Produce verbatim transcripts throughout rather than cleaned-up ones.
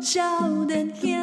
少年兄。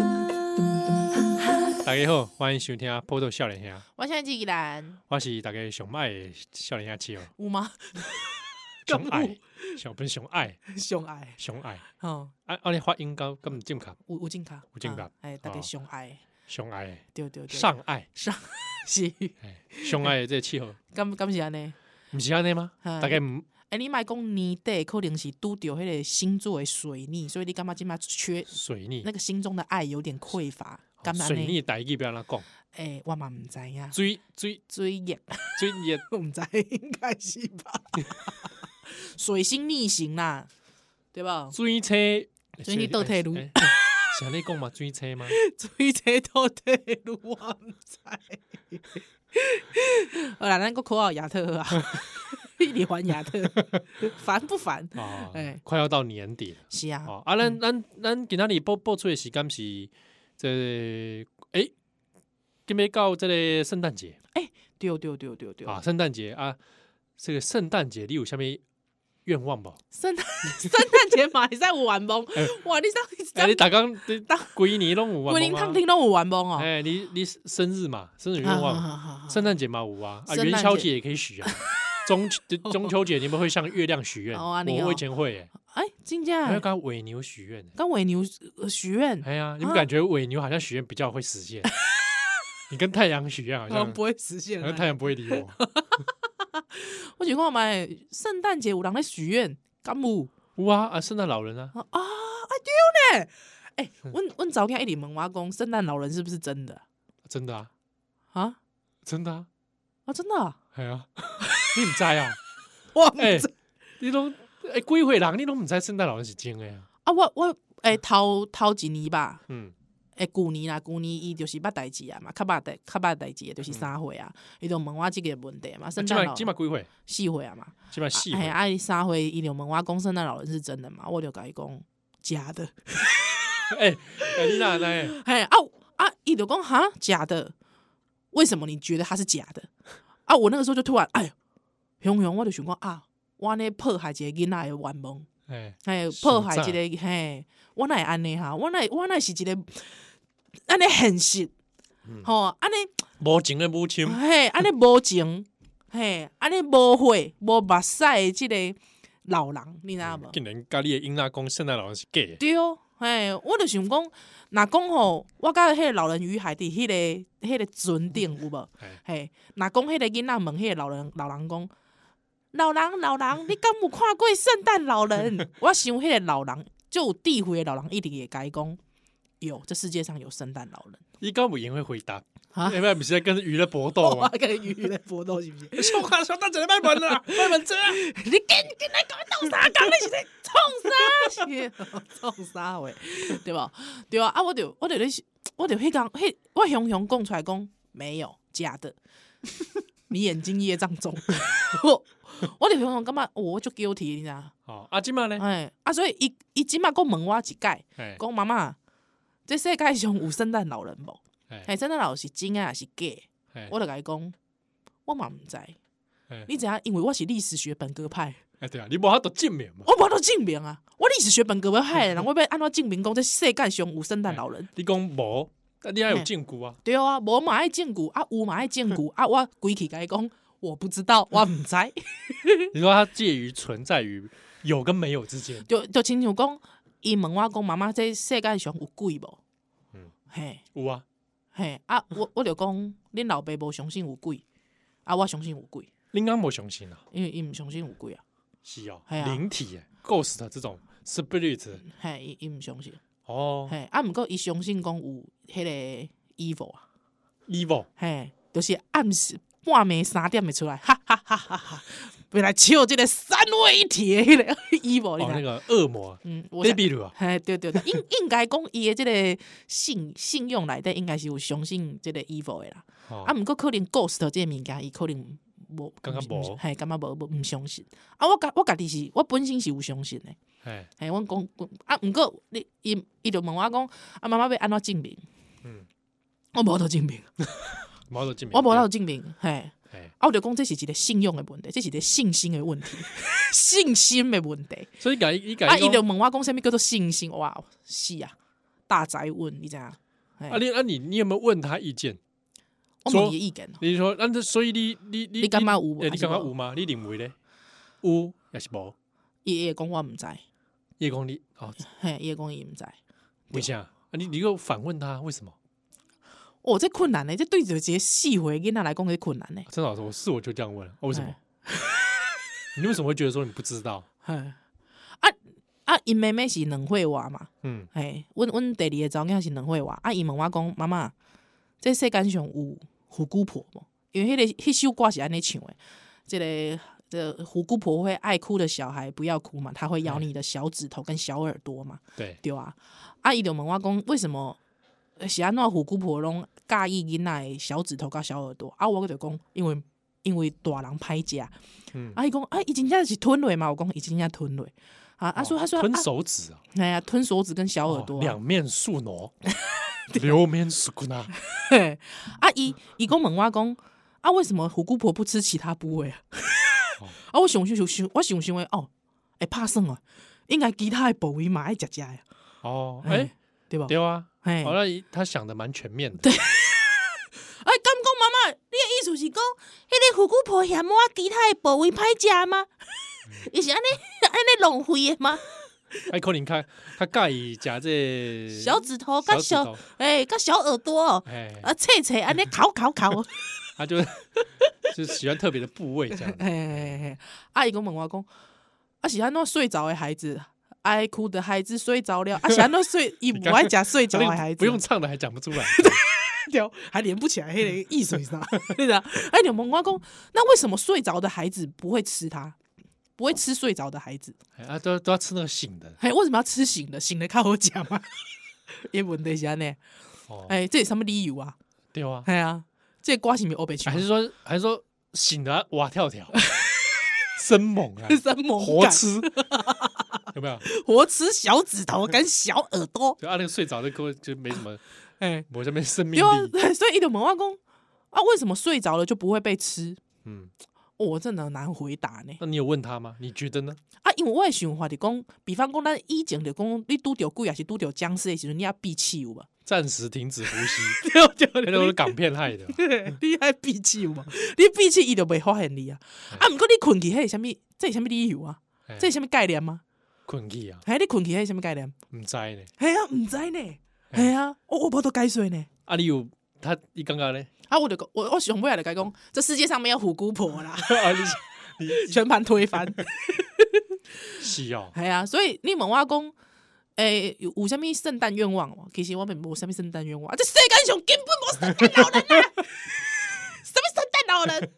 大家好，欢迎收听《波多少年兄》， 我现在是宜兰， 我是大家上爱的少年兄七哦， 有吗？ 上爱，上不是上爱， 上爱， 上爱。 哦， 啊，按你发音高咁正确， 有有正确， 有正确啊哎，大家上爱， 上爱的， 对对对， 上爱， 上是， 哎，上爱的这个气候， 敢敢是安尼？ 不是安尼吗？ 哎大概唔哎，你莫讲年底可能是拄着迄个星座的水逆，所以你感觉今麦缺水逆那，个心中的爱有点匮乏，敢安尼？ 水逆台语不要让他讲， 哎，我嘛毋知影， 水水水逆， 水热， 我毋知应该是吧？水星逆行啦，对吧？ 水车， 水逆倒退路哎是安尼讲嘛？水车吗？ 水车倒退路，我毋知。好啦，咱个口号亚特啊，一里还亚特，烦不烦？ 啊， 哎快要到年底了。 是啊， 哦，啊，咱咱咱今仔日播播出的时间是这诶，今要到这个圣诞节对对对对对， 啊，圣诞节啊，这个圣诞节你有啥物愿望不？ 圣诞圣诞节嘛，会使有愿望，哇！你哎，你当大刚你规年拢有规年愿望吗？ 探听拢有愿望哦。 哎，你你生日嘛，生日愿好望， 好好好圣诞节嘛有啊，啊， 圣诞节元宵节也可以许啊。中中秋节你们会向月亮许愿？ 哦啊你哦我我以前会诶， 哎，真还要正跟尾牛许愿。 跟尾牛呃许愿， 哎呀，你们啊感觉尾牛好像许愿比较会实现？你跟太阳许愿好哦像不会实现好像太阳不会理我。 我想看买圣诞节有人在许愿，敢有？ 哇啊，圣诞老人啊， 啊啊啊对呢！哎，阮阮早间一直问我讲，圣诞老人是不是真的真的啊， 啊？ 真的啊， 啊，真的啊？ 系啊，你唔知啊？ 我哎，你都哎几岁人，你都唔知圣诞老人是真的啊？ 啊，我我诶头头一年吧， 嗯， 诶旧年啦，旧年伊就是捌代志啊嘛，较捌代较捌代志诶，就是三岁啊，伊就问我即个问题嘛，圣今诞老晚今晚几岁？ 四岁啊嘛， 今晚四岁。 哎啊伊三岁伊就问我讲圣诞老人是真的嘛，我就甲伊讲假的， 哎哎，你哪来？ 嘿啊啊伊就讲哈假的，为什么你觉得他是假的？啊我那个时候就突然哎呦，熊熊我就想讲啊，我呢破坏一个囡仔诶愿望。 哎， 嘿，破坏一个嘿，我哪会安尼哈？我哪我哪是一个安尼现实，吼安尼无情的母亲， 嘿，安尼无情，嘿，安尼无血无目屎的即个老人，你知道无？ 竟然甲你的囡仔讲圣诞老人是假的。 对，嘿，我就想讲，若讲吼，我甲迄个老人与海伫迄个迄个船顶有无？ 哎嘿，若讲迄个囡仔问迄个老人老人讲。老人，老人，你敢有看过圣诞老人？我想迄个老人，就有智慧的老人一定会甲伊讲，有，这世界上有圣诞老人。 你刚不也会回答？ 啊要不然不是在跟鱼的搏斗我吗？ 跟鱼在搏斗是不是？ 小看小蛋仔卖门了，卖门这啊！ 你跟跟来搞弄啥？讲你是在冲啥？冲啥喂？对吧？对啊，啊，我就我就咧，我就迄讲，迄我雄雄讲出来讲没有假的，你眼睛业障重。我我就雄雄感觉我就 guilty，你知道？ 哦，啊，今晚呢？ 哎啊，所以伊伊即马讲问我一解， 哎讲妈妈，这世界上有圣诞老人无？ 哎哎，圣诞老人是真诶还是假的？ 哎我就甲伊讲，我嘛毋知。 哎你知影？因为我是历史学本科派， 哎，对啊，你无法度证明嘛？ 我无法度证明啊！我历史学本科派的人，我要安怎证明讲这世界上有圣诞老人？ 你讲无，但你还有证据啊？ 对啊，无嘛爱证据啊，有嘛爱证据啊，我规气甲伊讲，我不知道，我毋知。 你说它介于存在于有跟没有之间？ 就就亲像讲，伊问我讲，妈妈，这世界上有鬼无？ 嗯， 嘿。 有啊。 嘿啊，我我就讲，恁老爸无相信有鬼，啊，我相信有鬼， 你刚无相信啊？ 因为伊毋相信有鬼啊， 是哦， 嘿啊灵体耶，ghost 这种 spirit 嘿，伊伊毋相信， 哦嘿，啊，毋过伊相信讲有迄个 evil 啊， ，evil 嘿，就是暗时半暝三点会出来，哈哈哈哈哈，要来笑即个三位一体的迄个 evil，你哦，那知道？ 个恶魔嗯，我想 ，baby 啊， 嘿，对对对，应应该讲伊的即个信信用内底应该是有相信即个 evil 的啦， 哦啊，毋过可能 ghost 这个物件伊可能无感觉无嘿，感觉无无毋相信。啊，我家我家己是，我本身是有相信的。 哎， 嘿，阮讲啊，毋过你伊伊就问我讲，啊，妈妈要安怎证明？ 嗯， 我无得证明， 无法度证明， 我无得证明。嘿， 啊，我就讲这是一个信用的问题，这是一个信心的问题，信心的问题。 所以伊甲伊甲啊，伊就问我讲什么叫做信心？哇，是啊，大灾问，你知影？ 啊，你啊你你有没有问他意见？ 我问伊意见。 你说，那这所以你你你你感觉有？ 你感觉有吗？你认为咧？有也是无？ 伊会讲我唔知。 伊讲你哦， 嘿，伊会讲伊唔知。 为啥？啊，你你又反问他为什么？ 哦，这困难呢，这对着一个四岁囡仔来讲是困难呢。 真老师，我是我就这样问了，为什么？你为什么会觉得说你不知道？ 啊啊，因妹妹是两岁娃嘛， 嗯， 嘿，阮阮第二个查某囝是两岁娃，啊，伊问我讲妈妈，这世间上有虎姑婆无？因为迄、那个迄首歌是安尼唱的，这个这个虎姑婆会爱哭的小孩不要哭嘛，他会咬你的小指头跟小耳朵嘛， 对对啊，啊，伊就问我讲为什么是安怎虎姑婆拢介意囡仔的小指头甲小耳朵？啊，我就讲因为因为大人歹食，嗯，啊，伊讲啊，伊真正是吞落嘛，我讲伊真正吞落。啊！他说：“他说吞手指啊， 哎呀，吞手指跟小耳朵， 两面宿傩，六面宿骨啊。 啊，伊伊讲问我讲啊，为什么虎姑婆不吃其他部位啊？啊，我想想想，我想想诶，哦，会怕生哦，应该其他的部位嘛爱食食呀。 哦，哎， 对吧？ 对啊， 哎， 好像他想的蛮全面的。 对。哎，敢讲妈妈，你的意思是讲，迄个虎姑婆嫌我其他的部位歹食吗？伊是安尼安尼浪费的吗？ 哎，可能看他介意夹这小指头、甲小哎、甲小耳朵，哎啊，切切安尼烤烤烤， 他就就喜欢特别的部位这样。 哎哎哎，阿姨跟问我讲，啊是安怎睡着的孩子，爱哭的孩子睡着了，啊是安怎睡，伊不爱讲睡着的孩子， 不用唱的还讲不出来， 对，还连不起来，迄个意思是啥？对的，哎，你问我讲，那为什么睡着的孩子不会吃它？不会吃睡着的孩子， 啊，都都要吃那个醒的。 哎，为什么要吃醒的？醒的较好讲嘛？因为问题是安尼，哎，这是什么理由啊？ 对啊， 哎呀，这歌是咪欧北曲？ 还是说还是说醒的哇跳跳，生猛啊， 生猛活吃，有没有？ 活吃小指头跟小耳朵， 就啊，那个睡着的歌就没什么， 哎， 我这边生命力。 对啊，所以一直问我讲啊，为什么睡着了就不会被吃？ 嗯。 哦，真的很难回答呢。 那你有问他吗？你觉得呢？ 啊，因为我的想法是讲，比方讲，咱以前就讲，你拄着鬼还是拄着僵尸的时候，你要闭气有无？ 暂时停止呼吸， 对对， 那都是港片害的。 你爱闭气有无？你闭气伊就袂发现你啊。啊，毋过你困去，迄是啥物？这是啥物理由啊？这是啥物概念吗？ 困去啊？ 哎，你困去，迄是啥物概念？ 唔知呢。 系啊，唔知呢。系啊，我我无都解说呢。 啊，你有他？你刚刚呢？ 啊！我就我我想尾来就讲，这世界上没有虎姑婆啦， 啊、你你全盘推翻。 是哦， 系啊，所以你问我讲，诶、欸，有有啥物圣诞愿望？其实我们无啥物圣诞愿望，这世界上根本无圣诞老人啊！什么圣诞老人？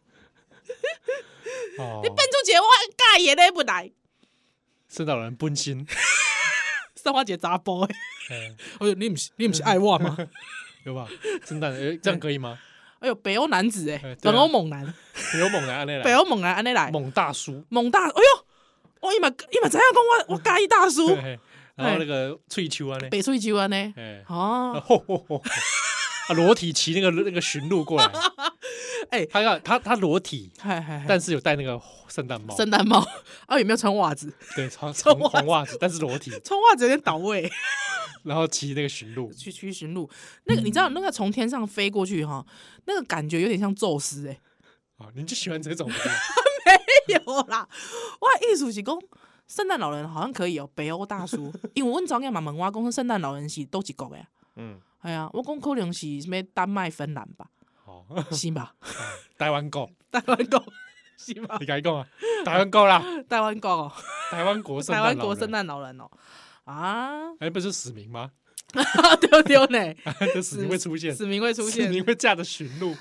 哦、你变出一个我介意的不来， 圣诞老人本身送我一个查甫的。哎呦，你不是你不是爱我吗？ 有吧？圣诞诶，这样可以吗？ 哎呦，北欧男子哎、欸，北欧、啊、猛男， 北欧猛男安尼来， 北欧猛男安尼来， 猛大叔， 猛大，哎呦，我伊嘛伊嘛知影讲我我介意大叔， 然后那个翠秋安尼， 北翠秋安尼，哦，吼吼吼， 啊，裸体骑那个那个驯鹿过来，哎，他要他他裸体，但是有戴那个圣诞帽， 圣诞帽，啊，有没有穿袜子？ 对，穿穿红袜子，但是裸体， 穿袜子有点倒位。 然后骑那个驯鹿， 去去驯鹿，那个你知道那个从天上飞过去哈，那个感觉有点像宙斯哎、 欸。啊，你就喜欢这种？ 没有啦，我意思是讲，圣诞老人好像可以哦，北欧大叔，因为阮昨天嘛问我讲，圣诞老人是倒一国的、啊，嗯，哎呀、啊，我讲可能是什么丹麦、芬兰吧，哦，是吧？ 台湾国， 台湾国是吧？ 你敢讲啊？台湾国啦， 台湾国哦， 台湾国圣台湾国圣诞老人哦。啊！ 哎，不是死民吗？ 丢丢呢， 这死民会出现， 死民会出现， 死民会驾着驯鹿。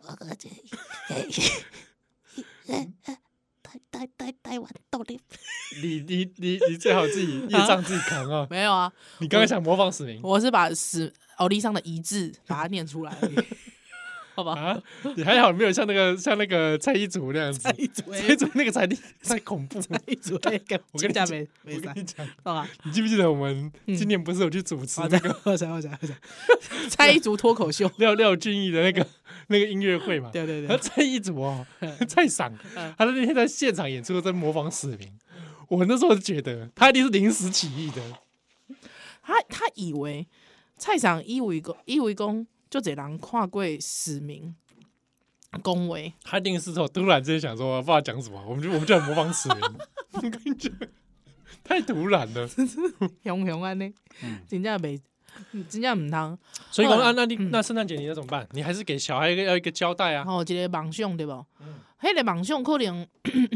台台台台湾斗笠， 你你你你最好自己业障自己扛啊！ 没有啊， 你刚才想模仿死民， 我是把死奥利上的遗志把它念出来而已。好吧， 啊，你还好没有像那个像那个蔡依祖那样子， 蔡依祖， 蔡依祖那个才太恐怖。 蔡依祖那个， 我跟你讲， 我跟你讲， 好吧， 你记不记得我们今年不是有去主持那个？ 我想我想我想，蔡依祖脱口秀， 廖廖俊逸的那个那个音乐会嘛， 对对对， 然后这一组哦，蔡赏，他那天在现场演出在模仿史明，我那时候就觉得他一定是临时起意的， 他他以为蔡赏以为讲以为讲就这人看过史明恭维， 他一定是说突然之间想说不知道讲什么，我们就我们就来模仿史明，我跟你讲，太突然了， 熊熊安尼，真正袂。真正唔通， 所以讲啊，那你那圣诞节你要怎么办？你还是给小孩一个要一个交代啊。 哦，一个梦想对不？嗯，迄个梦想可能，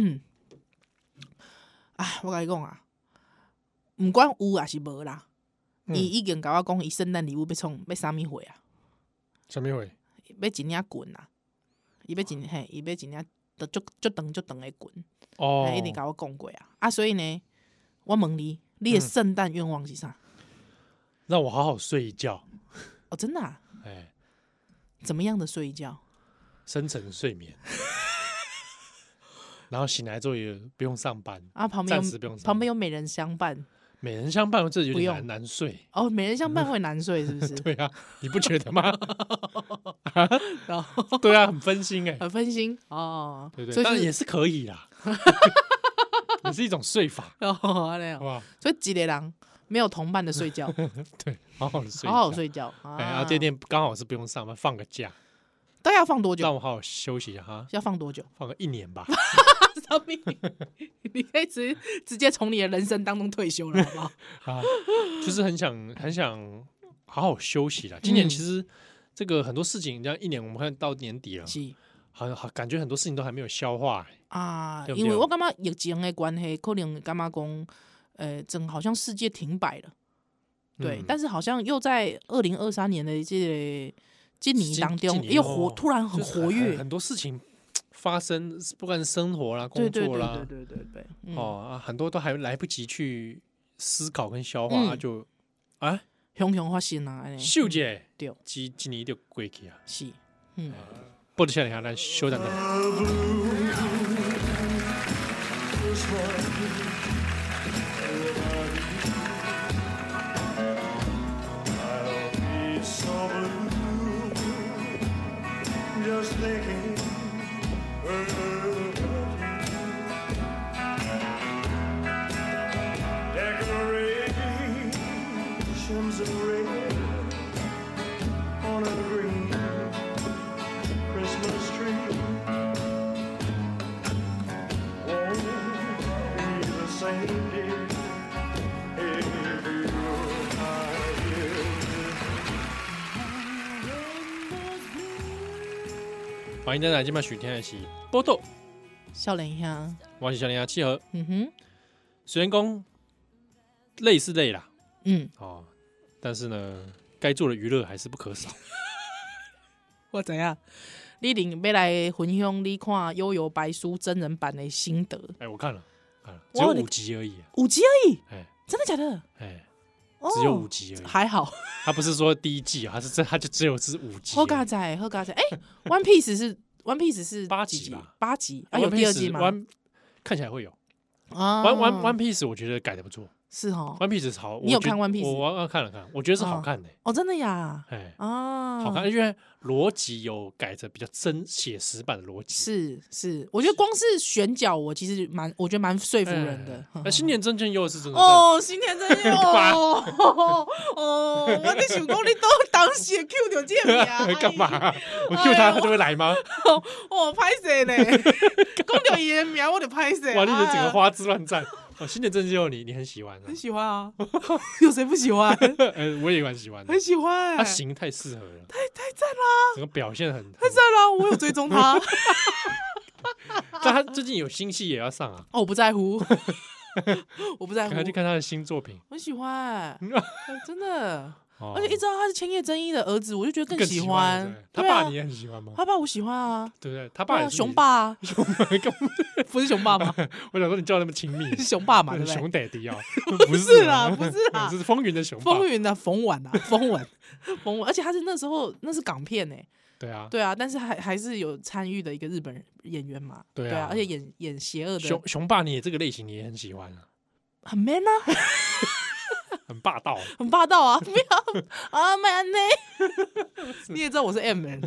哎，我甲你讲啊，唔管有还是无啦，伊、嗯、已经甲我讲，伊圣诞礼物要创要啥物货啊？ 啥物货？ 要一领棍啊！伊要一嘿，伊要一领就足足长足长的棍。 哦， 一定甲我讲过啊！啊，所以呢，我问你，你的圣诞愿望是啥？嗯让我好好睡一觉哦，真的啊？ 哎、欸， 怎么样的睡一觉？ 深层睡眠，然后醒来之后也不用上班啊，旁边暂时不用上班， 旁边有美人相伴， 美人相伴这有点难难睡哦，美人相伴会难睡是不是？ 对啊，你不觉得吗？对啊，很分心哎、欸， 很分心哦， 对对，所以当然也是可以啦，也是一种睡法哦，好不好？所以一个人。没有同伴的睡觉， 对，好好的睡， 好好睡觉。 哎，然后第二天刚好是不用上班，放个假， 都要放多久？ 让我好好休息一下哈。 要放多久？ 放个一年吧。 什么？你可以直直接从你的人生当中退休了，好不好？ 啊，就是很想很想好好休息啦。今年其实这个很多事情，这样一年我们看到年底了， 是， 好好感觉很多事情都还没有消化、欸、 啊。 对对因为我感觉疫情的关系，可能感觉讲。呃，整好像世界停摆了，对，嗯、但是好像又在二零二三年的这个今年当中又活，突然很活跃， 很多事情发生，不管是生活啦、工作啦， 对对对对对对，嗯、 哦，很多都还来不及去思考跟消化，嗯、就啊， 熊熊发生啊， 秀姐， 对， 今今年就过去啊， 是，嗯， 不得下来，咱休等等。 Just thinking about you. Decorations of red on a green Christmas tree won't be the same day if you're not here. 欢迎大家今晚收听的是《报道少年兄， 我是少年兄契合。 嗯哼， 虽然讲累是累啦， 嗯， 哦，但是呢，该做的娱乐还是不可少。 我知影，你另要来分享你看《悠悠白书》真人版的心得。 哎、欸，我看了，看了，只有五集而已， 五集而已。 哎、欸， 真的假的？ 哎、欸。只有五集而已， 还好。 他不是说第一季，他是这，他就只有是五集。 好嘎仔，好嘎仔。哎 ，One Piece 是 One Piece 是八集吧？ 八集啊，有第二季吗 ？One 看起来会有啊。 One One One Piece 我觉得改的不错， 是哦。 One Piece 好， 你有看 One Piece？ 我我看了看，我觉得是好看的。 哦，真的呀？ 哎啊， 好看，因为逻辑有改成比较真写实版的逻辑。 是是，我觉得光是选角，我其实蛮，我觉得蛮说服人的。 那新田真剑佑是真的哦，新田真剑佑哦哦，我在想讲你都当时 Q 到这名， 干嘛？我 Q 他，他就会来吗？ 哦，拍谁呢？讲到伊的名，我就拍谁。 哇，你的整个花枝乱颤。哦，新田真剑佑你你很喜欢， 很喜欢啊，有谁不喜欢？ 呃，我也蛮喜欢的， 很喜欢， 他型太适合了， 太太赞啦， 整个表现很太赞啦，我有追踪他， 但他最近有新戏也要上啊， 哦，我不在乎，我不在乎， 赶快去看他的新作品， 我喜欢，真的。而且一知道他是千叶真一的儿子，我就觉得更喜欢。 喜欢他爸你也很喜欢吗？ 他爸我喜欢啊， 对不对？他爸也是熊爸啊， 熊爸不是熊爸吗？ 我想说你叫那么亲密， 是熊爸嘛，对不对？ 熊爹地啊， 不是啦，不是啦， 这是风云的熊爸， 风云的冯婉啊，冯婉，冯婉，而且他是那时候那是港片哎， 对啊， 对啊，但是还还是有参与的一个日本演员嘛，对啊，而且演演邪恶的熊熊爸，你也这个类型你也很喜欢啊， 很 man 啊。 很霸道， 很霸道啊！不要啊，麦安内，你也知道我是 M 人，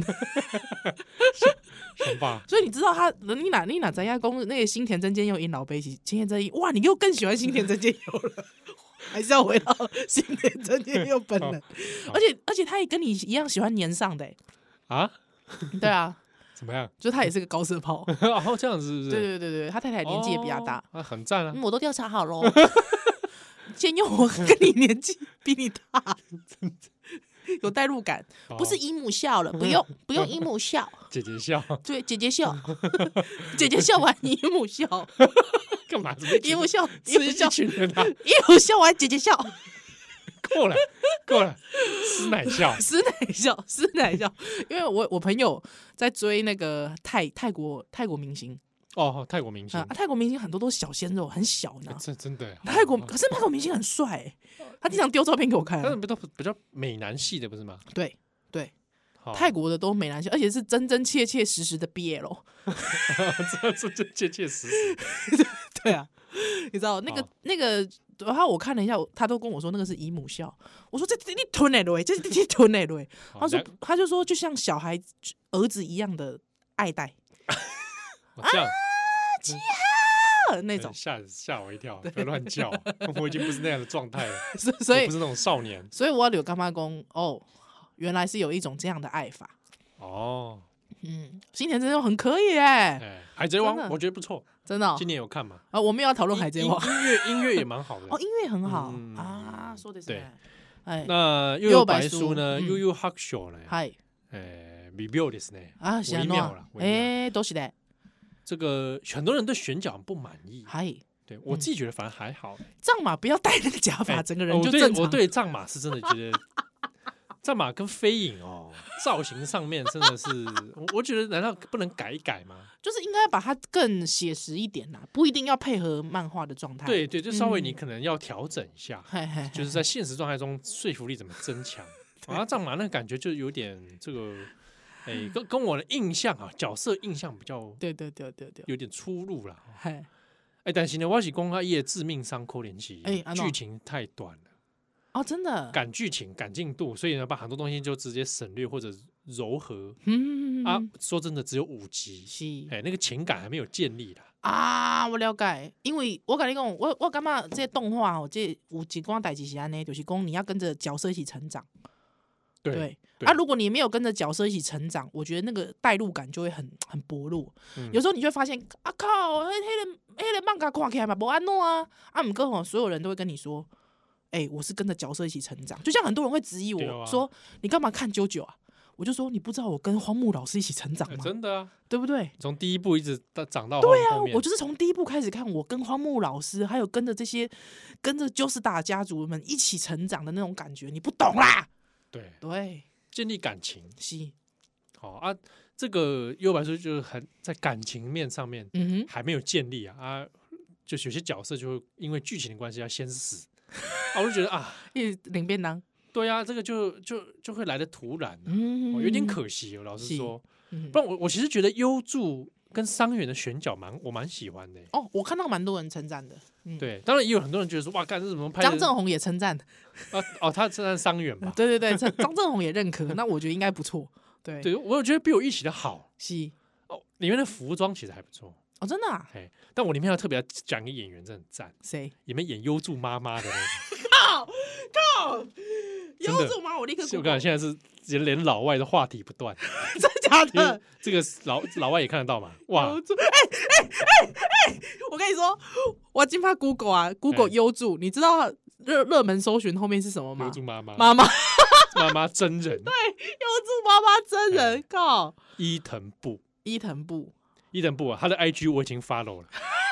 很霸。 所以你知道他，你哪你哪咱家公那个新田真剑佑因老杯起新田真一，哇，你又更喜欢新田真剑佑了。还是要回到新田真剑佑本人，而且而且他也跟你一样喜欢年上的、欸、 啊？ 对啊， 怎么样？ 就他也是个高射炮。 哦，这样子是不是？ 对对对对，他太太年纪也比较大， 哦、啊，很赞啊、 嗯。我都调查好喽，剑佑我跟你年纪比你大，有代入感， 哦、 不是姨母笑了，不用不用姨母笑， 姐姐笑， 对，姐姐笑，姐姐笑完姨母笑， 干嘛？ 姨母笑，姨是母笑， 一群人啊！ 姨母笑完姐姐笑， 够了够了，师奶笑， 师奶笑，师奶笑，因为我我朋友在追那个泰泰国泰国明星。 哦，泰国明星、 啊，泰国明星很多都是小鲜肉，很小呢。 真真的， 泰国可是泰国明星很帅、欸，他经常丢照片给我看、啊。 但是比较比较美男系的不是吗？ 对对， 哦、 泰国的都美男系，而且是真真切切实实的 B L。 这这这切切实实。 对啊，你知道那个、哦、那个，然后我看了一下，他都跟我说那个是姨母笑。我说这这你吞哪类？这是你吞哪类？他说他就说就像小孩儿子一样的爱戴。 哦、这样。 啊七号那种， 吓吓我一跳，不要乱叫，我已经不是那样的状态了， 所以不是那种少年， 所以我有干妈公哦，原来是有一种这样的爱法哦， 嗯，新田真的很可以哎、 欸，海贼王我觉得不错， 真的、哦， 今年有看吗？ 啊，我们要讨论海贼王， 音乐音乐也蛮好的哦，音乐很好、 嗯、 啊，说的是对， 哎， 那悠悠白书呢？悠悠白書呢？ はい、 えー、微妙ですね， 啊， 微妙了， 哎，都是的。 这个很多人对选角不满意， 嗨， 对我自己觉得反而还好。 藏马不要戴那个假发，整个人就正常。我对藏马是真的觉得，藏马跟飞影哦，造型上面真的是，我觉得难道不能改一改吗？ 就是应该把它更写实一点啦，不一定要配合漫画的状态。 对对，就稍微你可能要调整一下， 嗯、 就是在现实状态中说服力怎么增强。然后藏马那个感觉就有点这个。哎、欸，跟跟我的印象啊，角色印象比较， 对对对对对， 有点出入啦。 哎、 欸，但是呢，我是讲他也致命伤扣连期，哎、欸，剧情太短了。 哦，真的赶剧情、赶进度，所以呢，把很多东西就直接省略或者柔和。 嗯啊，说真的，只有五集，哎、欸，那个情感还没有建立啦。 啊，我了解，因为我跟你讲，我我感觉这些动画哦，这有几光代志是安尼，就是讲你要跟着角色一起成长。 对。 对啊，如果你没有跟着角色一起成长，我觉得那个代入感就会很很薄弱。嗯、有时候你就会发现，啊靠，迄、那个迄个漫画看起来嘛不安诺啊，啊，唔过吼，所有人都会跟你说，哎、欸，我是跟着角色一起成长。就像很多人会质疑我、啊、说，你干嘛看九九啊？我就说，你不知道我跟荒木老师一起成长吗？ 欸、真的啊， 对不对？ 从第一部一直到长到对啊， 后面我就是从第一部开始看，我跟荒木老师，还有跟着这些跟着鸠斯达家族们一起成长的那种感觉，你不懂啦。 对对。 建立感情是， 好、哦、啊，这个幽白书就是很在感情面上面， 嗯哼， 还没有建立啊啊，就有些角色就会因为剧情的关系要先死，啊，我就觉得啊， 一领便当， 对啊，这个就就就会来的突然、啊， 嗯、 哦，有点可惜，我老实说， 嗯、 不然我我其实觉得优助跟伤员的选角蛮我蛮喜欢的、欸， 哦，我看到蛮多人称赞的，嗯、 对，当然也有很多人觉得说哇，干这怎么拍？ 张正宏也称赞， 啊哦，他称赞伤员吧？ 对对对，张正宏也认可，那我觉得应该不错，对， 对我觉得比我预期的好， 是哦，里面的服装其实还不错， 哦，真的啊， 哎，但我里面要特别讲一个演员，真的很赞， 谁？ 里面演优助妈妈的那个， 靠靠，优助妈，我立刻， 我感觉现在是连老外的话题不断， 真假的？ 这个老老外也看得到嘛？哇！ 哎哎哎哎！我跟你说，我今怕 Google 啊 ，Google 优助，你知道热热门搜寻后面是什么吗？ 优助妈妈， 妈妈， 妈妈真人， 对，优助妈妈真人，靠！ 伊藤步， 伊藤步， 伊藤步啊，他的 I G 我已经 follow 了，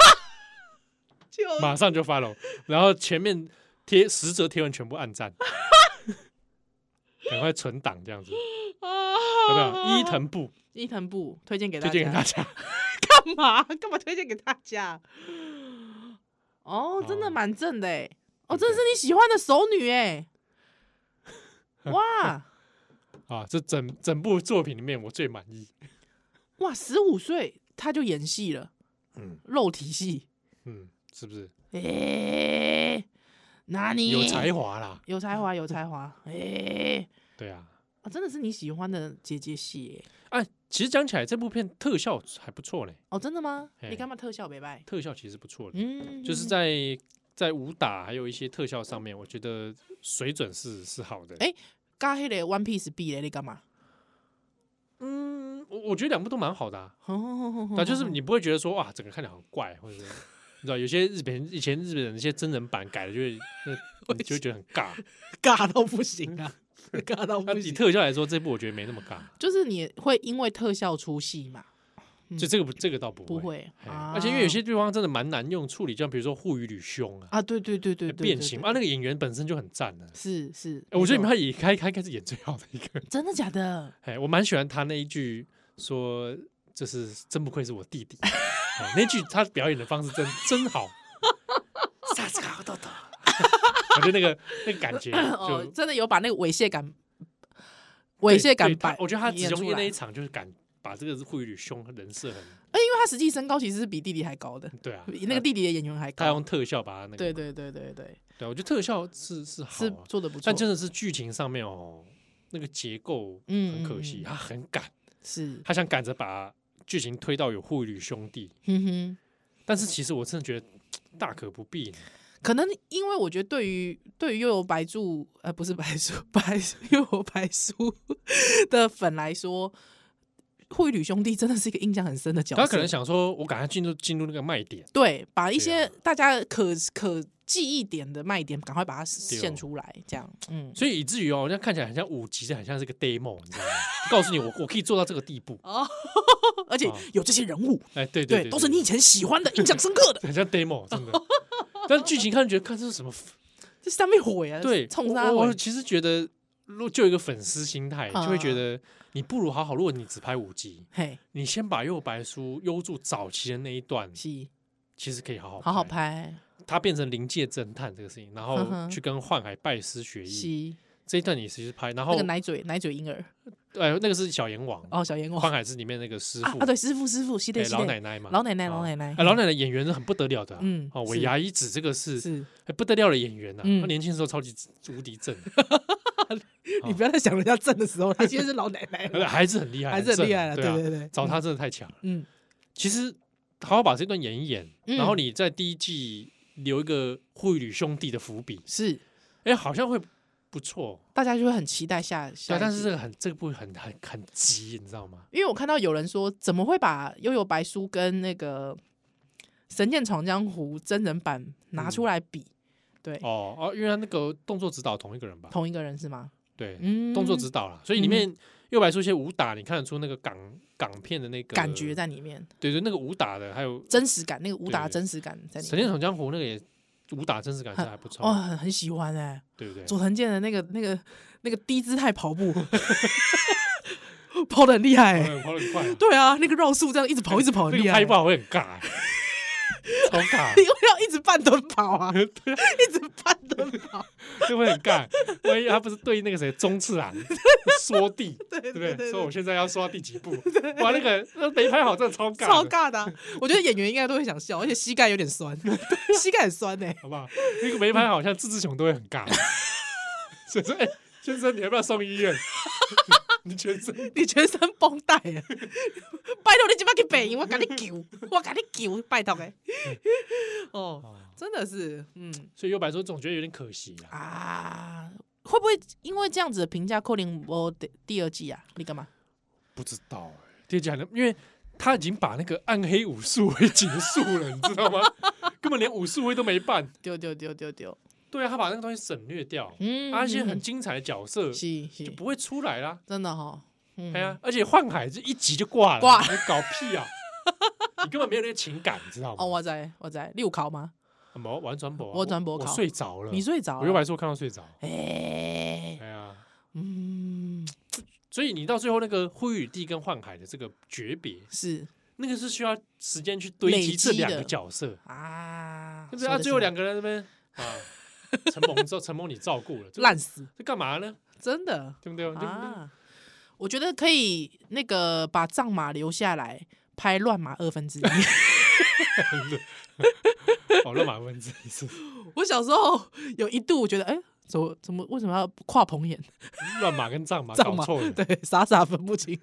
马上就 follow， 然后前面贴十则贴文全部按赞，赶快存档这样子。有没有伊藤步？ 伊藤步推荐给大家， 推荐给大家。 干嘛？干嘛推荐给大家？哦，真的蛮正的哎！哦，真的是你喜欢的熟女哎！哇！ 啊，这整整部作品里面我最满意。 哇，十五岁他就演戏了， 嗯， 肉体戏， 嗯，是不是？ 哎、欸， 哪里有才华啦， 有才华有才华，哎、 对啊。 啊，真的是你喜欢的姐姐戏耶。 哎、其实讲起来，这部片特效还不错嘞， 哦，真的吗？ 嘿你干嘛特效没拜？ 特效其实不错的， 嗯， 就是在在武打还有一些特效上面，我觉得水准是是好的。 哎跟迄个 One Piece 比嘞，你干嘛？ 嗯，我我觉得两部都蛮好的、啊， 但但就是你不会觉得说哇，整个看起来很怪，或者是你知道有些日本人以前日本人一些真人版改的就会，那你就会觉得很尬。 尬到不行啊，尬到那以不行。 特效来说，这部我觉得没那么尬， 就是你会因为特效出戏嘛？ 就这个不这个倒不会， 不会嘿啊而且因为有些地方真的蛮难用处理，像比如说护羽吕兄啊， 啊，对对对对对， 变形啊，那个演员本身就很赞的。 是是， 欸我觉得你们没他也开开开始演最好的一个， 错真的假的？ 哎，我蛮喜欢他那一句说，就是真不愧是我弟弟，欸那句他表演的方式真真好，萨斯卡豆豆，我觉得那个那个感觉哦， 就真的有把那个猥亵感，猥亵感对摆他，我觉得他只演出来用那一场就是敢把这个护羽兄人设很哎，因为他实际身高其实是比弟弟还高的， 对啊， 比那个弟弟的演员还高。 他用特效把他那个对对对对对， 对，我觉得特效是是好是啊， 做的不错但。真的是剧情上面哦，那个结构很可惜， 嗯嗯嗯他很赶， 是， 他想赶着把剧情推到有护羽兄弟， 哼哼， 但是其实我真的觉得大可不必。 可能因为我觉得对于对于悠游白柱呃不是白树白悠游白书的粉来说，护羽兄弟真的是一个印象很深的角色。 他可能想说，我赶快进入进入那个卖点， 对把一对些啊大家可可记忆点的卖点，赶快把它现出来，这样嗯。 所以以至于哦，那看起来很像五集，很像是个 demo，你知道吗？告诉你，我我可以做到这个地步。 哦，而且哦有这些人物， 哎，对对对，都是你以前喜欢的、印象深刻的。 很像 demo，真的。但是剧情看就觉得，看这是什么？ 这上面火呀， 对， 冲杀火我我我其实觉得，如果就有一个粉丝心态， 嗯就会觉得你不如好好，如果你只拍五集， 嘿， 你先把《幽白书》悠住早期的那一段， 是其实可以好好好好拍， 他变成临界侦探这个事情，然后哼哼去跟幻海拜师学艺， 是这一段你其实拍，然后那个奶嘴奶嘴婴儿呃那个是小阎王， 哦，小阎王幻海是里面那个师傅啊啊，对，师傅师傅，系列哎老系列奶奶嘛， 老奶奶哦老奶奶哎老奶奶演员是很不得了的啊， 嗯哦， 是尾牙一指这个是是， 哎不得了的演员呐， 嗯他年轻的时候超级无敌正， 你不要再想人家正的时候，他现在是老奶奶了， 还是很厉害， 还是很厉害了， 正啊对对对， 找他真的太强了。 嗯其实好好把这段演一演， 嗯然后你在第一季留一个护羽兄弟的伏笔， 是， 哎，好像会不错。 大家就会很期待下下对， 一集但是这个很这部很很很急，你知道吗？ 因为我看到有人说，怎么会把《悠悠白书》跟那个《神剑闯江湖》真人版拿出来比？对， 哦哦，因为他那个动作指导同一个人吧？ 同一个人是吗？ 对， 嗯， 动作指导啦，所以里面右白出一些武打，你看得出那个港港片的那个感觉，在里面， 对对，那个武打的，还有《 真实感，那个武打的对真实感在里神剑面。 闯江湖》那个也武打真实感是还不错哇，，很很喜欢哎、 对不对？ 佐藤健的那个那个那个低姿态跑步，跑的很厉害、欸。 跑得很快啊， 对啊，那个绕树这样一直跑，一直跑，很厉害、 那个拍不好会很尬欸，超尬， 因为要一直半蹲跑啊，一直半蹲跑。 就会很尬。万一他不是对那个谁中次郎缩地，对不对？说我现在要刷第几步，哇，那个那没拍好，真的超尬的， 超尬的啊、我觉得演员应该都会想笑，而且膝盖有点酸，膝盖很酸呢、欸。 好不好？那个没拍好，像志志雄都会很尬。所以说，哎、先生，你要不要送医院？你全身你全身绷带啊！拜托你今晚去北营，我赶你救，我赶你救，拜托哎！哦，真的是，嗯所以右白说总觉得有点可惜啊。 啊，会不会因为这样子的评价，扣零我第第二季啊？你干嘛？ 不知道哎、欸，第二季还能，因为他已经把那个暗黑武术会结束了，你知道吗？根本连武术会都没办。 丢丢丢丢丢， 对啊，他把那个东西省略掉， 嗯啊，一些很精彩的角色是就是不会出来啦。 真的哈，嗯哎呀，而且幻海这一集就挂了， 挂你搞屁啊！你根本没有那个情感，你知道吗？ 哦，我在我在，你有考吗？ 没完全没有啊， 我完全没我考睡着了。 你睡着了？ 我右白说看到睡着。 哎， 哎呀， 嗯， 所以你到最后那个灰与地跟幻海的这个诀别， 是那个是需要时间去堆积这两个角色， 啊， 对不对？啊，最后两个人那边啊，陈蒙照陈蒙你照顾了，这烂死， 这干嘛呢？ 真的。 对不对？就啊，我觉得可以那个把藏马留下来拍乱马二分之一， 哦，乱码文字是我小时候有一度觉得，哎、欸，怎么怎么为什么要跨棚眼？ 乱码跟账码账码搞错了， 对，傻傻分不清，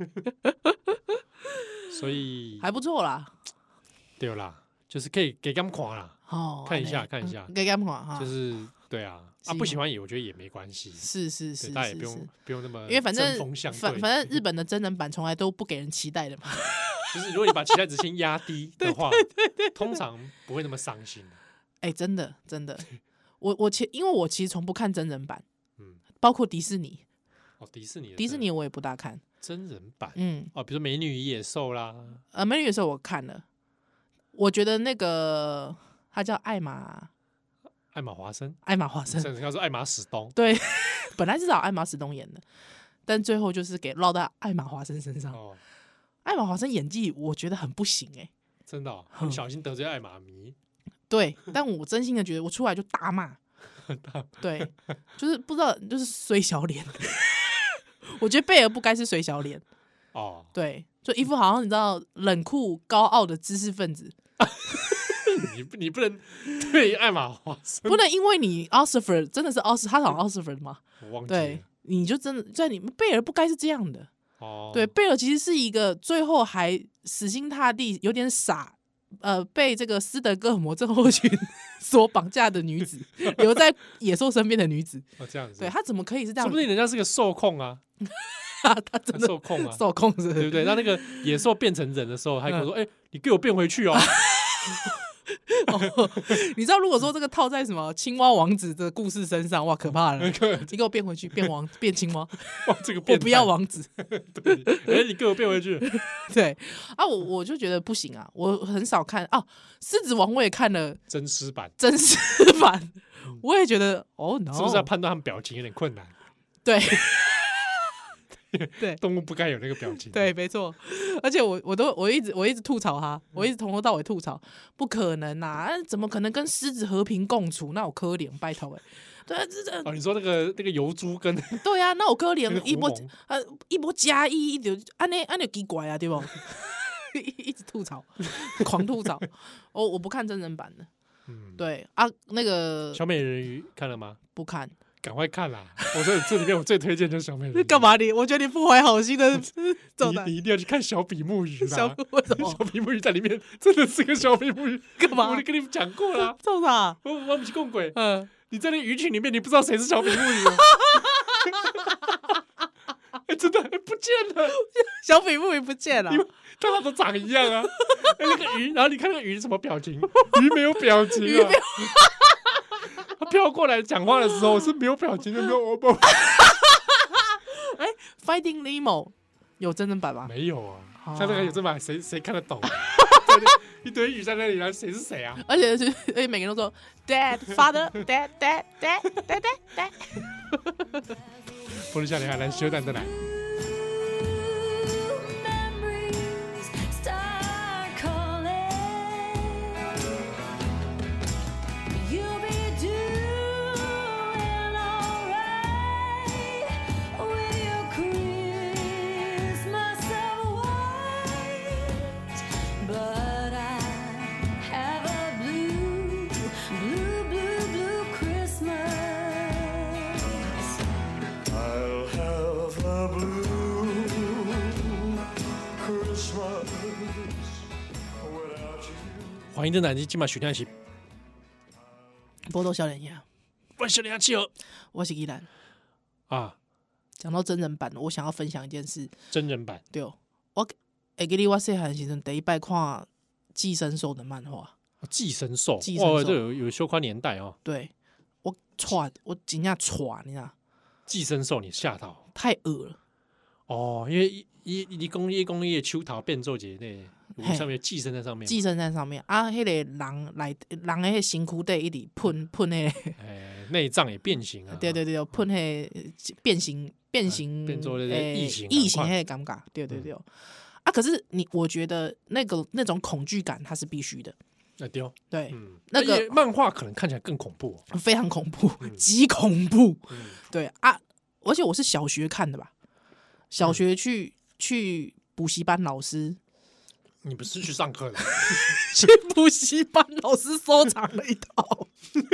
所以还不错啦。 对啦，就是可以给他们看啦， 哦， 看一下看一下， 给他们看哈， 就是对啊，啊不喜欢也我觉得也没关系， 是是是， 大家也不用不用那么， 因为反正针锋相对反反正日本的真人版从来都不给人期待的嘛。 就是如果你把期待值先压低的话，通常不会那么伤心。 哎、欸，真的真的，我我其因为我其实从不看真人版， 嗯， 包括迪士尼， 哦，迪士尼的迪士尼我也不大看真人版， 嗯， 哦，比如说《美女与野兽》啦， 呃，美女与野兽我看了，我觉得那个他叫艾玛艾玛华森， 艾玛华森， 甚至要说艾玛史东， 对，本来是找艾玛史东演的，但最后就是给落到艾玛华森身上。 哦， 艾玛华森演技我觉得很不行哎、欸， 真的、哦，很小心得罪艾玛迷。 对，但我真心的觉得我出来就大骂，对，就是不知道就是衰小脸，我觉得贝尔不该是衰小脸哦， 对，就一副好像你知道冷酷高傲的知识分子， 你不你不能对艾玛华森， 不能因为你奥斯芬真的是奥斯，他好像奥斯芬吗？ 我忘记了对，你就真的在你贝尔不该是这样的。 哦， 对，贝尔其实是一个最后还死心塌地、有点傻，呃，被这个斯德哥尔摩症候群所绑架的女子，留在野兽身边的女子。 哦这样子， 对，她怎么可以是这样？ 说不定人家是个受控啊， 她真的受控啊， 受控是不是对不对？那那个野兽变成人的时候，还跟我说：“哎、你给我变回去哦。” 哦，你知道，如果说这个套在什么青蛙王子的故事身上，哇，可怕了！你给我变回去，变王，变青蛙， 哇，这个我变不要王子。 对，哎、你给我变回去。 对啊，我我就觉得不行啊，我很少看啊，《狮子王》我也看了真实版真实版，我也觉得哦 no， 是不是要判断他们表情有点困难？ 对。对动物不该有那个表情。 对，没错。而且我我都我一直我一直吐槽他，我一直从头到尾吐槽，不可能呐、啊，怎么可能跟狮子和平共处？那我可怜，拜托哎。对啊，这这哦，你说那个那个油猪跟对啊，那我可怜那个一波狐獴呃一波加一，一就安尼安尼奇怪啊，对不？一直吐槽，狂吐槽。我我不看真人版的。 嗯， 对啊，那个小美人鱼看了吗？ 不看。 赶快看啦！我说这里面我最推荐就是小美人鱼。 干嘛你？我觉得你不怀好心的走的。 你你一定要去看小比目鱼啦！ 小为什么？ 小比目鱼在里面真的是个小比目鱼， 干嘛？ 我就跟你们讲过啦。 做啥？ 我我不是共鬼。 嗯， 你在那鱼群里面，你不知道谁是小比目鱼吗？哎，真的不见了， 小比目鱼不见了， 大家都长一样啊。哎，那个鱼，然后你看那个鱼什么表情？鱼没有表情啊。他飘过来讲话的时候是没有表情的，没有我不。 哎，Finding Nemo 有真人版吗？ 没有啊， 哦像这个有真人版，谁谁看得懂？一堆鱼在那里，然后谁是谁啊？ 而且是，而且每个人都说 Dad, Father, Dad, Dad, Dad, Dad, Dad, Dad。 我的小女孩来修蛋的来。 I'll have a blue Christmas without you. 欢迎登南京今晚选听的是波多笑脸呀， 万小娘企鹅我是依兰。 啊， 讲到真人版，我想要分享一件事。 真人版对，我会记得我细汉时阵第一摆看《寄生兽》的漫画。 寄生兽， 寄生兽哇，这有有修宽年代哦。 对，我歘，我真正歘，你知道？ 寄生兽你吓到太恶了。 哦，因为一一一工业工业秋桃变奏节那嘿上面寄生在上面， 寄生在上面啊，迄、那个人来人的迄个身躯底一直喷喷迄个， 哎，内脏也变形啊。 对对对，喷迄个变形变形， 变做那个诶异形异形赶快迄个感觉，对对对。啊，可是你，我觉得那个那种恐惧感，它是必须的。 那丢， 对， 嗯， 那个而且漫画可能看起来更恐怖哦。 非常恐怖，极恐怖。 嗯对啊，而且我是小学看的吧，小学去、去补习班老师你不是去上课的？ 去补习班，老师收藏了一套，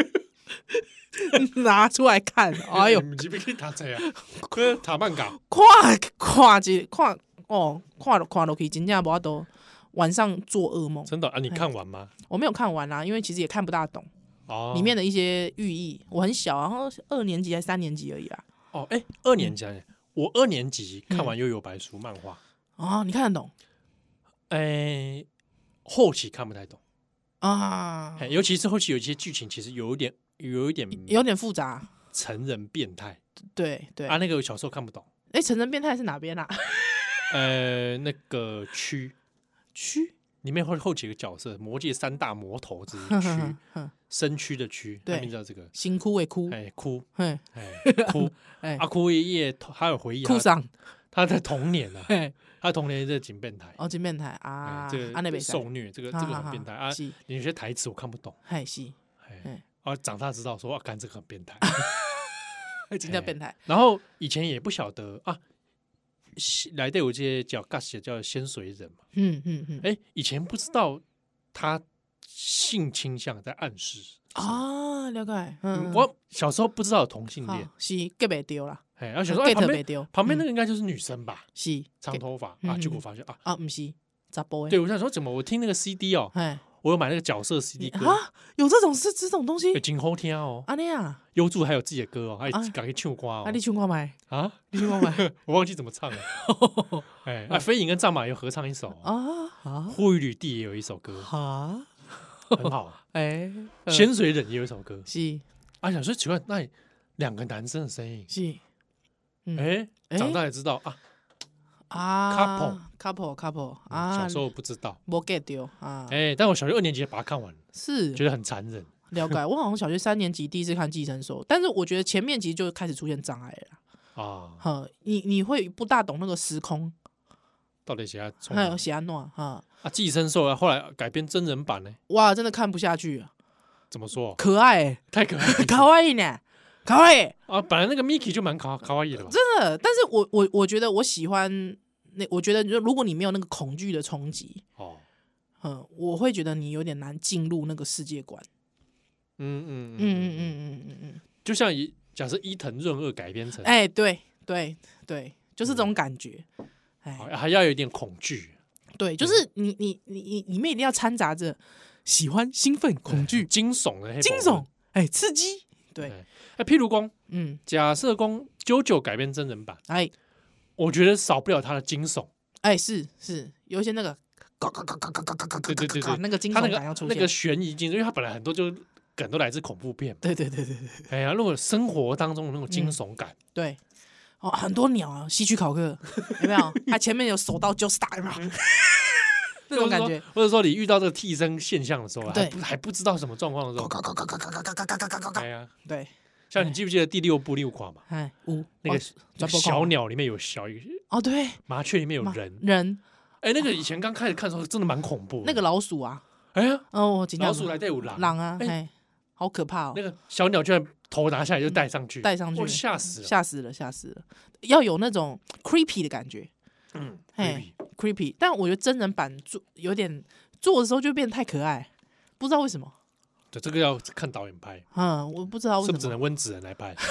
拿出来看。哎呦， 你这边可以打这啊？呃，塔曼港看看一看哦，看了看落去，真正无法度晚上做噩梦。 真的啊？你看完吗？ 我没有看完啦，因为其实也看不大懂哦， 里面的一些寓意。我很小，然后二年级还是三年级而已啦。 哦，哎，二年级，我二年级看完《幽游白书》漫画， 哦，你看得懂哎，后期看不太懂啊？ 哎尤其是后期有一些剧情，其实有一点有一点有点复杂。 成人变态对对啊，那个小时候看不懂。 哎，成人变态是哪边啊？ 呃，那个区区里面后后几个角色，魔界三大魔头之一区，身躯的躯， 对他们叫这个， 辛苦的哭， 哎，哭， 嘿， 哎，哭， 哎阿哭爷爷他有回忆他哭上， 他的童年啊， 嘿， 他童年这挺变态， 哦，真变态哎啊， 这个啊那边受虐，这个这个很变态啊， 是， 有些台词我看不懂， 嗨是， 哎哎， 啊，长大知道说，哇，干这个很变态， 真叫变态， 然后以前也不晓得啊，来的有些叫 gas 叫仙水人嘛， 嗯嗯嗯， 哎，以前不知道他性倾向在暗示啊，了解，嗯， 我小时候不知道有同性恋， 是 get 不丢啦哎，然后想说哎 ，get 旁边不丢， 旁边那个应该就是女生吧， 是长头发嗯啊，结果发现啊， 啊，不是查甫对的， 我想说怎么我听那个 C D 哦， 哎我有买那个角色 C D 歌， 啊，有这种是这种东西有，今后听哦， 啊那样， 优助还有自己的歌哦，还啊赶紧唱歌哦啊，你去看麦， 啊， 你去看麦， 我忘记怎么唱了，哎，啊，飞影跟藏马有合唱一首， 啊啊护旅地也有一首歌， 啊， 很好， 哎，呃仙水忍也有一首歌， 是啊，想说奇怪，那两个男生的声音， 是，嗯哎， 哎长大才知道啊， 啊 couple couple 啊， 小时候不知道， 没 get 丢啊， 哎，但我小学二年级把它看完了， 是觉得很残忍了解。我好像小学三年级第一次看《寄生兽》，但是我觉得前面其实就开始出现障碍了。 啊， 哈，你你会不大懂那个时空， 到底谁要冲还有喜安诺哈， 啊？寄生兽啊，后来改编真人版呢？ 哇，真的看不下去啊， 怎么说？ 可爱欸， 太可爱了可愛い呢，可愛い， 啊！本来那个 Miki 就蛮卡卡哇伊的吧？ 真的。但是我我我觉得我喜欢那，我觉得如果你没有那个恐惧的冲击， 哦， 嗯，我会觉得你有点难进入那个世界观。 嗯嗯嗯嗯嗯嗯嗯嗯， 就像以假设伊藤润二改编成， 哎，对对对，就是这种感觉。哎， 好还要有一点恐惧， 对，就是你你你你里面一定要掺杂着喜欢、兴奋、恐惧、 惊悚的黑惊悚，哎，刺激。对， 对。哎，譬如讲， 嗯， 假设讲九九改编真人版， 哎我觉得少不了他的惊悚， 哎，是是，有一些那个对对对对， 那个惊悚他那个感要出现。 那个悬疑惊悚，因为他本来很多就梗都来自恐怖片嘛。 对对对对对哎呀，如果生活当中的那种嗯惊悚感， 对，哦，很多鸟啊，西区考克有没有？它前面有手刀就是打，有没有？那种感觉。 或者说你遇到这个替身现象的时候，还对不还不知道什么状况的时候，哎呀， 对， 像你记不记得第六部六款嘛？ 哎，五那个哦那个小鸟里面有小哦，对， 麻雀里面有嘛人， 人哎，那个以前刚开始看的时候真的蛮恐怖的。 那个老鼠啊， 哎呀， 哦，今天老鼠来带有狼， 狼啊， 哎哎，好可怕哦那，个小鸟居然头拿下来就带上去， 带上去我吓死了。 吓死了，吓死了，要有那种 creepy 的感觉， 嗯， 嘿 creepy。但我觉得真人版做有点做的时候就变得太可爱，不知道为什么。 对，这个要看导演拍， 嗯，我不知道为什么。 是不是只能温子仁来拍？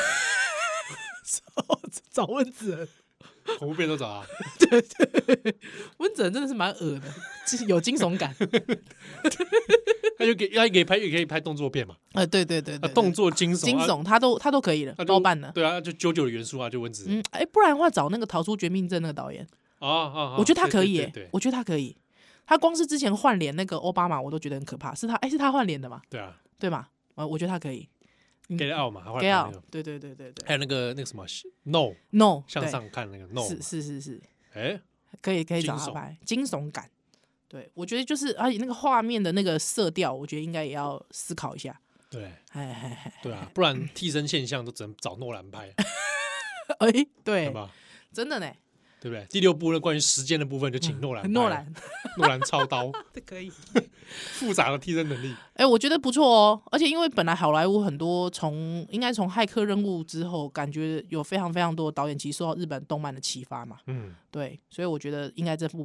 找温子仁， 恐怖片都找啊。 温子仁真的是蛮恶的，就是有惊悚感。 他就给他也可以拍，也可以拍动作片嘛。 呃，对对对啊， 对， 动作惊悚，啊惊悚他都他都可以了， 那就包办了。 对啊，就九九的元素啊，就温子仁嗯，哎，不然的话找那个逃出绝命镇那个导演， 啊啊啊！ 我觉得他可以耶对对对， 我觉得他可以。他光是之前换脸那个奥巴马，我都觉得很可怕。是他，哎，是他换脸的嘛？ 对啊对嘛？呃，我觉得他可以。 ，Get Out 嘛，后来给啊拍那个， 对对对对对还有那个那个什么 No ，no 向对上看那个 No， 是是是是， 哎， 可以可以找惊悚他拍惊悚感。对，我觉得就是而且那个画面的那个色调，我觉得应该也要思考一下。 对哎哎哎对啊，不然替身现象都只能找诺兰拍， 哎， 对对， 吧？ 真的呢， 对不对？第六部呢，关于时间的部分就请诺兰拍， 诺兰诺兰操刀， 这可以。 复杂的替身能力， 哎，我觉得不错哦，而且因为本来好莱坞很多从应该从骇客任务之后，感觉有非常非常多的导演其实受到日本动漫的启发嘛， 嗯， 对，所以我觉得应该这部分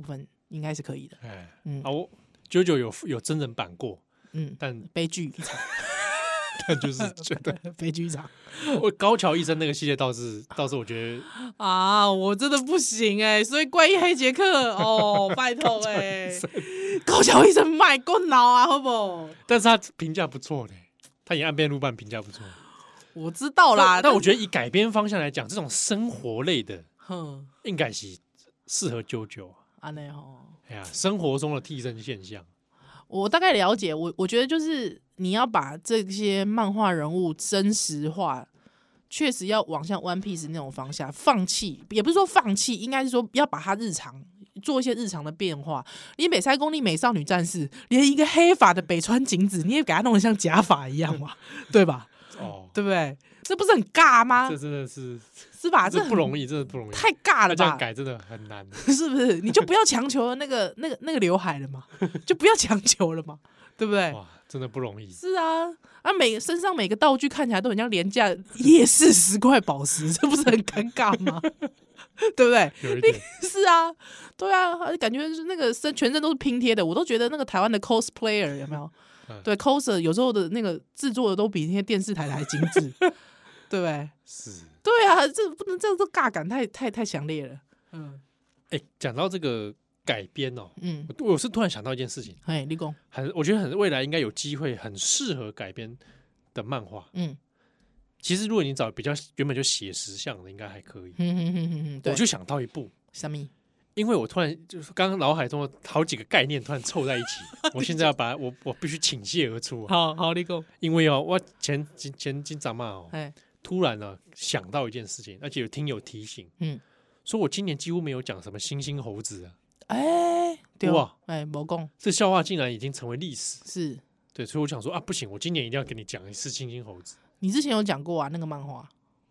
应该是可以的。 哎， 嗯啊，我九九有有真人版过， 嗯， 但悲剧一场， 但就是觉得悲剧一场我高桥医生那个系列倒是倒是我觉得啊！我真的不行哎、所以怪异黑杰克哦，拜托哎、高桥医生卖过脑啊，好不好？ 但是他评价不错嘞，他演岸边露伴评价不错。 我知道啦， 但但我觉得以改编方向来讲，这种生活类的哼， 应该是适合九九啊。 安内吼。 哎呀，生活中的替身现象， 我大概了解，我我觉得就是你要把这些漫画人物真实化，确实要往像 One Piece 那种方向放弃，也不是说放弃，应该是说要把它日常做一些日常的变化。你北塞公立美少女战士，连一个黑发的北川景子，你也给她弄得像假发一样嘛，对吧？ 哦， 对不对？这不是很尬吗这？真的是是吧？这很这不容易，真的不容易， 太尬了那这样吧？ 改真的很难。 是不是？你就不要强求那个、那个、那个刘海了嘛，就不要强求了嘛，对不对？ 哇，真的不容易。 是啊，啊，每身上每个道具看起来都很像廉价夜市十块宝石，这不是很尴尬吗？对不对？ 有一点， 是啊，对啊，感觉是那个身全身都是拼贴的，我都觉得那个台湾的 cosplayer 有没有？ 嗯对 coser 有时候的那个制作的都比那些电视台的还精致，对不对？ 是。 对啊，这不能这这尬感太太太强烈了。嗯哎，讲到这个改编哦， 嗯， 我我是突然想到一件事情， 哎，立功， 很我觉得很未来应该有机会，很适合改编的漫画。 嗯其实如果你找比较原本就写实像的，应该还可以。 哼哼哼哼哼，对， 我就想到一部， 什么？ 因为我突然就是刚刚脑海中的好几个概念突然凑在一起，我现在要把我我必须倾泻而出啊！ 好好，立功， 因为哦，我前前前今早嘛哦， 哎， 突然呢、想到一件事情，而且有听友提醒， 嗯， 说我今年几乎没有讲什么猩猩猴子啊， 哎，对哇哇，哎，魔功这笑话竟然已经成为历史。 是对，所以我想说啊，不行，我今年一定要跟你讲一次猩猩猴子。 你之前有讲过啊，那个漫画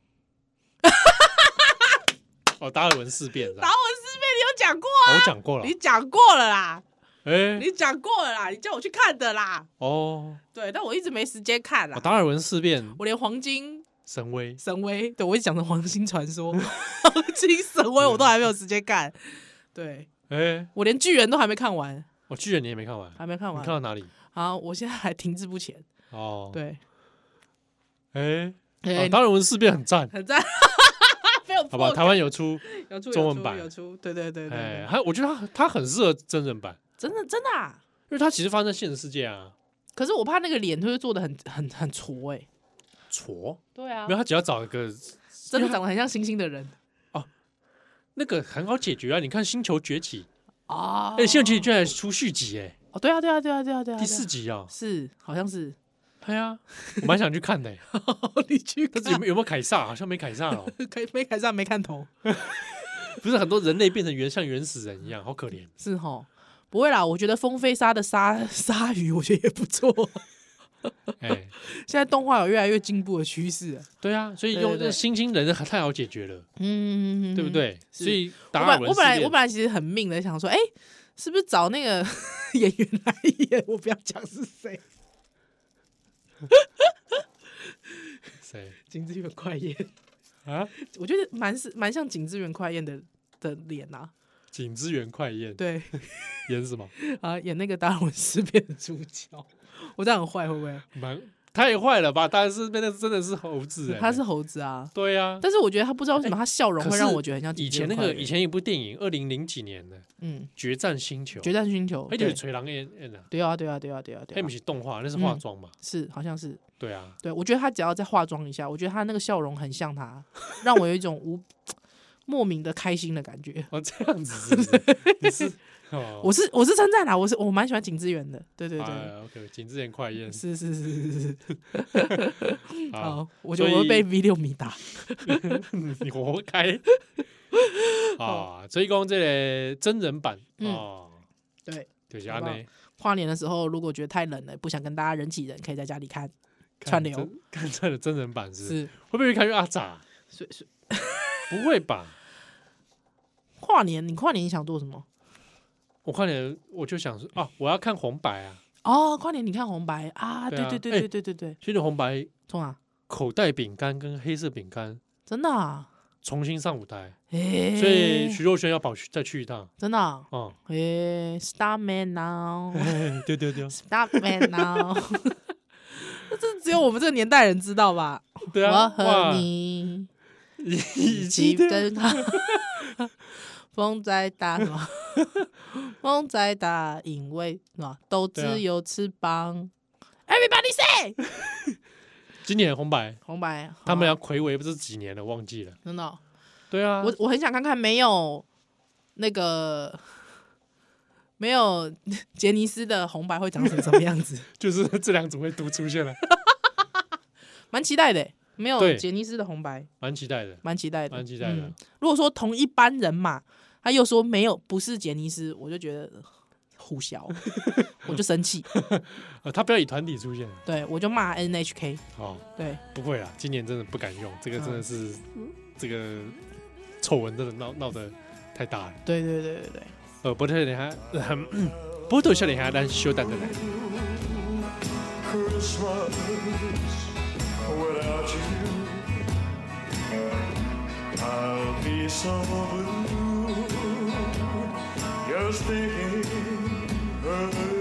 哦，达尔文事变是吧？ 达尔文事变，你有讲过哦我讲过了你，讲过了啦， 哎， 你讲过了啦，你叫我去看的啦。 哦， 对，但我一直没时间看啦哦。达尔文事变我连黄金神威， 神威，对我一直讲成黄金传说，黄金神威我都还没有时间看。对哎， 我连巨人都还没看完， 我巨人你也没看完， 还没看完你看。到哪里？ 好，我现在还停滞不前。 哦，， 对， 哎， 哎哦达尔文事变很赞， 很赞，没有好吧？ 破台湾有出， 有出中文版有出，有出对对对对哎， 对， 还我觉得他他很适合真人版， 真的真的啊。 因为他其实发生在现实世界啊， 可是我怕那个脸会做的很很很挫哎。 挫， 对啊没有，他只要找一个真的长得很像星星的人那个很好解决啊。你看《星球崛起》， 啊。 哎，《星球崛起》居然出续集，哎， 哦，对啊对啊对啊对啊对啊， 第四集啊， 是好像是。 对啊，我蛮想去看的，哎你去但是有没有有没有凯撒？好像没凯撒哦， 可以没看上没看头， 不是很多人类变成原像原始人一样，好可怜。 是吼。不会啦，我觉得风飞沙的鲨鲨鱼，我觉得也不错。 哎， 现在动画有越来越进步的趋势了， 对啊，所以用对对对星星人太好解决了， 嗯， 对不？对？ 是所以我达尔本我本来文事变我本来其实很命的想说，哎、是不是找那个演员来演？我不要讲是谁， 谁景之源快彦， 啊？ 我觉得蛮是蛮像景之源快彦的的脸呐、 景之源快彦对演什么？ 啊，演那个达尔文事变的主角，我这样很坏会不会？ 蛮太坏了吧？当然是那个真的是猴子哎， 他是猴子啊， 对啊。 但是我觉得他不知道为什么他笑容可是会让我觉得很像景以之源快彦前那个以前一部电影，二零零几年的《 嗯， 决战星球》， 决战星球， 哎，就是对锤狼演演的， 对啊对啊对啊对啊对啊那不，是动画，那是化妆嘛？ 是好像是。 对啊， 对，我觉得他只要再化妆一下，我觉得他那个笑容很像他，让我有一种无莫名的开心的感觉。 哦，这样子是不是？你是哦， 我是我是称赞啦，我是我蛮喜欢景之源的，对对对， 哎，OK，景之源快彦， 是是是是是， 好， 好，我觉得我会被 V 六米打。 你活该啊！所以讲这个真人版嗯哦， 对， 就是安尼跨年的时候，如果觉得太冷了，不想跟大家人挤人，可以在家里看串流， 看这的真人版是不是是， 会不会越看越阿杂？ 所以所以不会吧？ 跨年，你跨年你想做什么？ 我看了我就想说啊，我要看红白啊， 哦，跨年你看红白啊， 对啊对对对哎对对对对， 所以红白冲啊， 口袋饼干跟黑色饼干真的啊， 重新上舞台， 哎， 所以徐若瑄要跑去再去一趟。 真的啊， 哦， 哎，Star Man now，Star 对对对， Man now，这只有我们这个年代人知道吧？ 对啊， 我和哇， 你一一起起的， 登航，风再大什么？风再大，因为什么都对啊只有翅膀。Everybody say， 今年红白， 红白， 他们要好暌违不知几年了，忘记了。 真的哦， 对啊， 我我很想看看没有那个没有杰尼斯的红白会长成什么样子， 就是这两组会都出现了， 蛮期待的欸。没有对杰尼斯的红白， 蛮期待的， 蛮期待的， 蛮期待的嗯。如果说同一班人马，他又说没有不是杰尼斯，我就觉得互小，我就生气， 呃，他不要以团体出现， 对我就骂 N H K， 哦， 对， 不会啦，今年真的不敢用，这个真的嗯是这个丑闻真的闹闹得太大了。 对对对对对， 呃，不对，等下，嗯不对，笑脸下，咱稍等等来。 Christmas without you, I'll be so blue. Just thinking of